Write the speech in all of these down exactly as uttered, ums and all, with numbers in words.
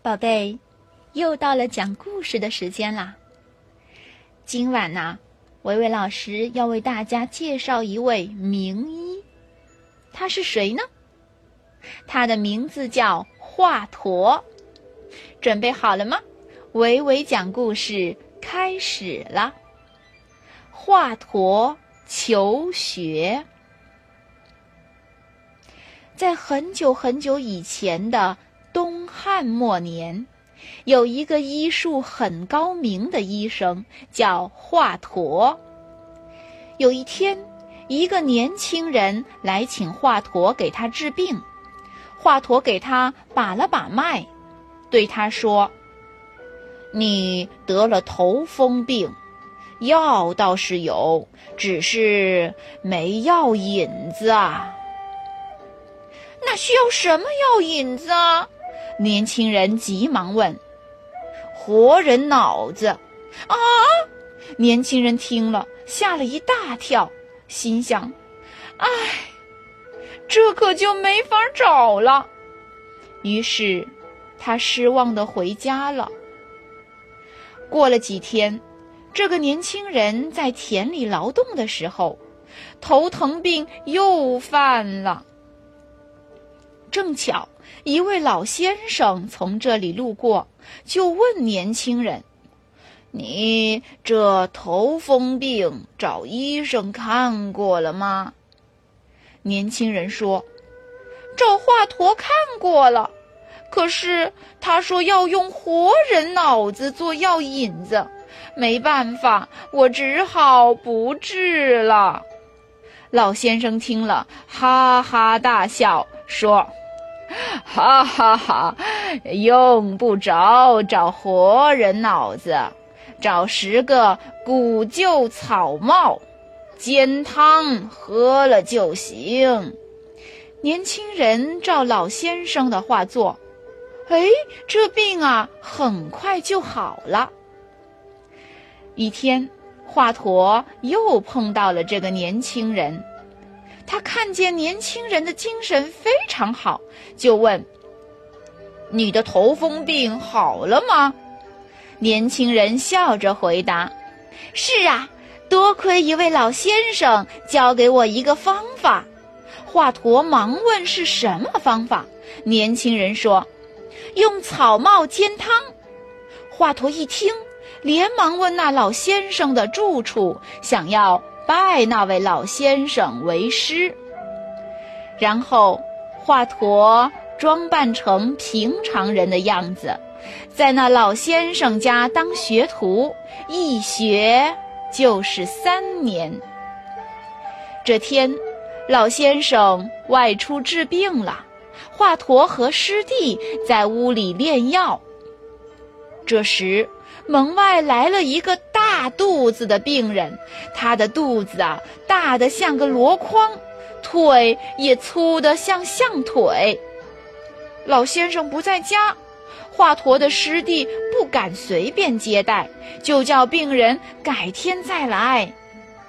宝贝，又到了讲故事的时间啦。今晚呢，维维老师要为大家介绍一位名医。他是谁呢？他的名字叫华佗。准备好了吗？维维讲故事开始了。华佗求学。在很久很久以前的东汉末年，有一个医术很高明的医生，叫华佗。有一天，一个年轻人来请华佗给他治病。华佗给他把了把脉，对他说：“你得了头风病，药倒是有，只是没药引子啊。”“那需要什么药引子啊？”年轻人急忙问。“活人脑子。”啊！年轻人听了吓了一大跳，心想：“唉，这可就没法找了。”于是他失望地回家了。过了几天，这个年轻人在田里劳动的时候，头疼病又犯了。正巧一位老先生从这里路过，就问年轻人：“你这头风病找医生看过了吗？”年轻人说：“找华佗看过了，可是他说要用活人脑子做药引子，没办法，我只好不治了。”老先生听了哈哈大笑，说：“哈哈哈，用不着找活人脑子，找十个古旧草帽，煎汤喝了就行。”年轻人照老先生的话做，哎，这病啊很快就好了。一天，华佗又碰到了这个年轻人，他看见年轻人的精神非常好，就问：“你的头风病好了吗？”年轻人笑着回答：“是啊，多亏一位老先生教给我一个方法。”华佗忙问是什么方法，年轻人说：“用草帽煎汤。”华佗一听，连忙问那老先生的住处，想要拜那位老先生为师。然后华佗装扮成平常人的样子，在那老先生家当学徒，一学就是三年。这天，老先生外出治病了，华佗和师弟在屋里炼药。这时门外来了一个大肚子的病人，他的肚子啊大得像个箩筐，腿也粗得像象腿。老先生不在家，华佗的师弟不敢随便接待，就叫病人改天再来。“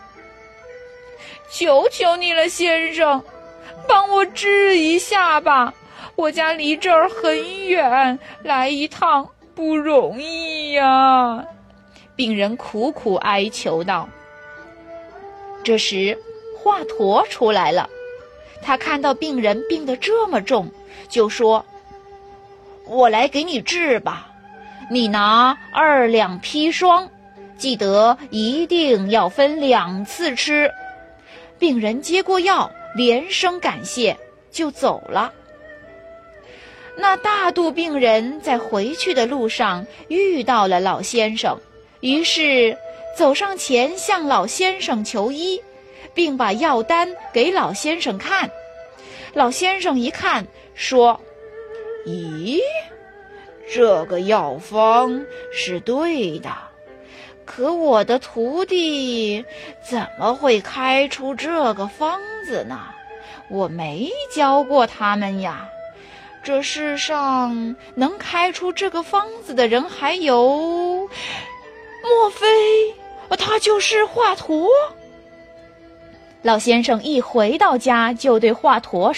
求求你了，先生，帮我治一下吧，我家离这儿很远，来一趟不容易呀。”病人苦苦哀求道。这时华佗出来了，他看到病人病得这么重，就说：“我来给你治吧，你拿二两砒霜，记得一定要分两次吃。”病人接过药，连声感谢，就走了。那大肚病人在回去的路上遇到了老先生，于是走上前向老先生求医，并把药单给老先生看。老先生一看，说：“咦，这个药方是对的，可我的徒弟怎么会开出这个方子呢？我没教过他们呀。这世上能开出这个方子的人还有……莫非他就是华佗？”老先生一回到家就对华佗说：“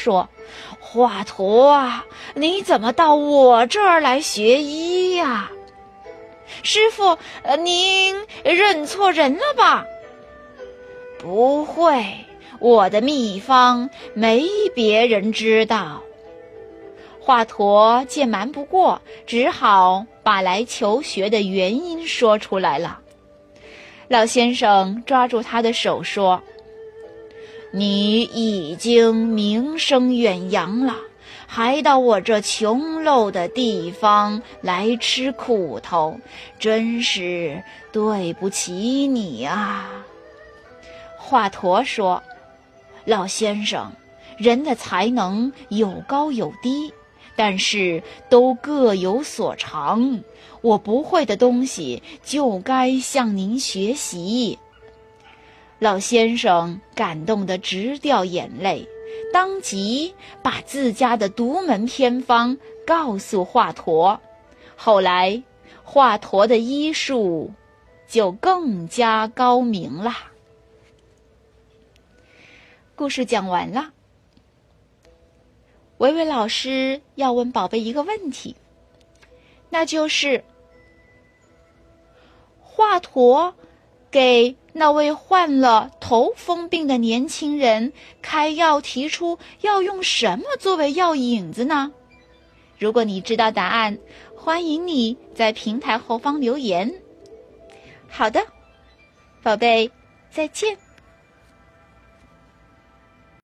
华佗啊，你怎么到我这儿来学医呀？师傅，呃，您认错人了吧？不会，我的秘方没别人知道。华佗见瞒不过，只好把来求学的原因说出来了。老先生抓住他的手说：你已经名声远扬了，还到我这穷陋的地方来吃苦头，真是对不起你啊。华佗说：老先生，人的才能有高有低，但是都各有所长，我不会的东西就该向您学习。老先生感动得直掉眼泪，当即把自家的独门偏方告诉华佗。后来华佗的医术就更加高明了。故事讲完了，维维老师要问宝贝一个问题，那就是华佗给那位患了头风病的年轻人开药，提出要用什么作为药引子呢？如果你知道答案，欢迎你在平台后方留言。好的，宝贝，再见。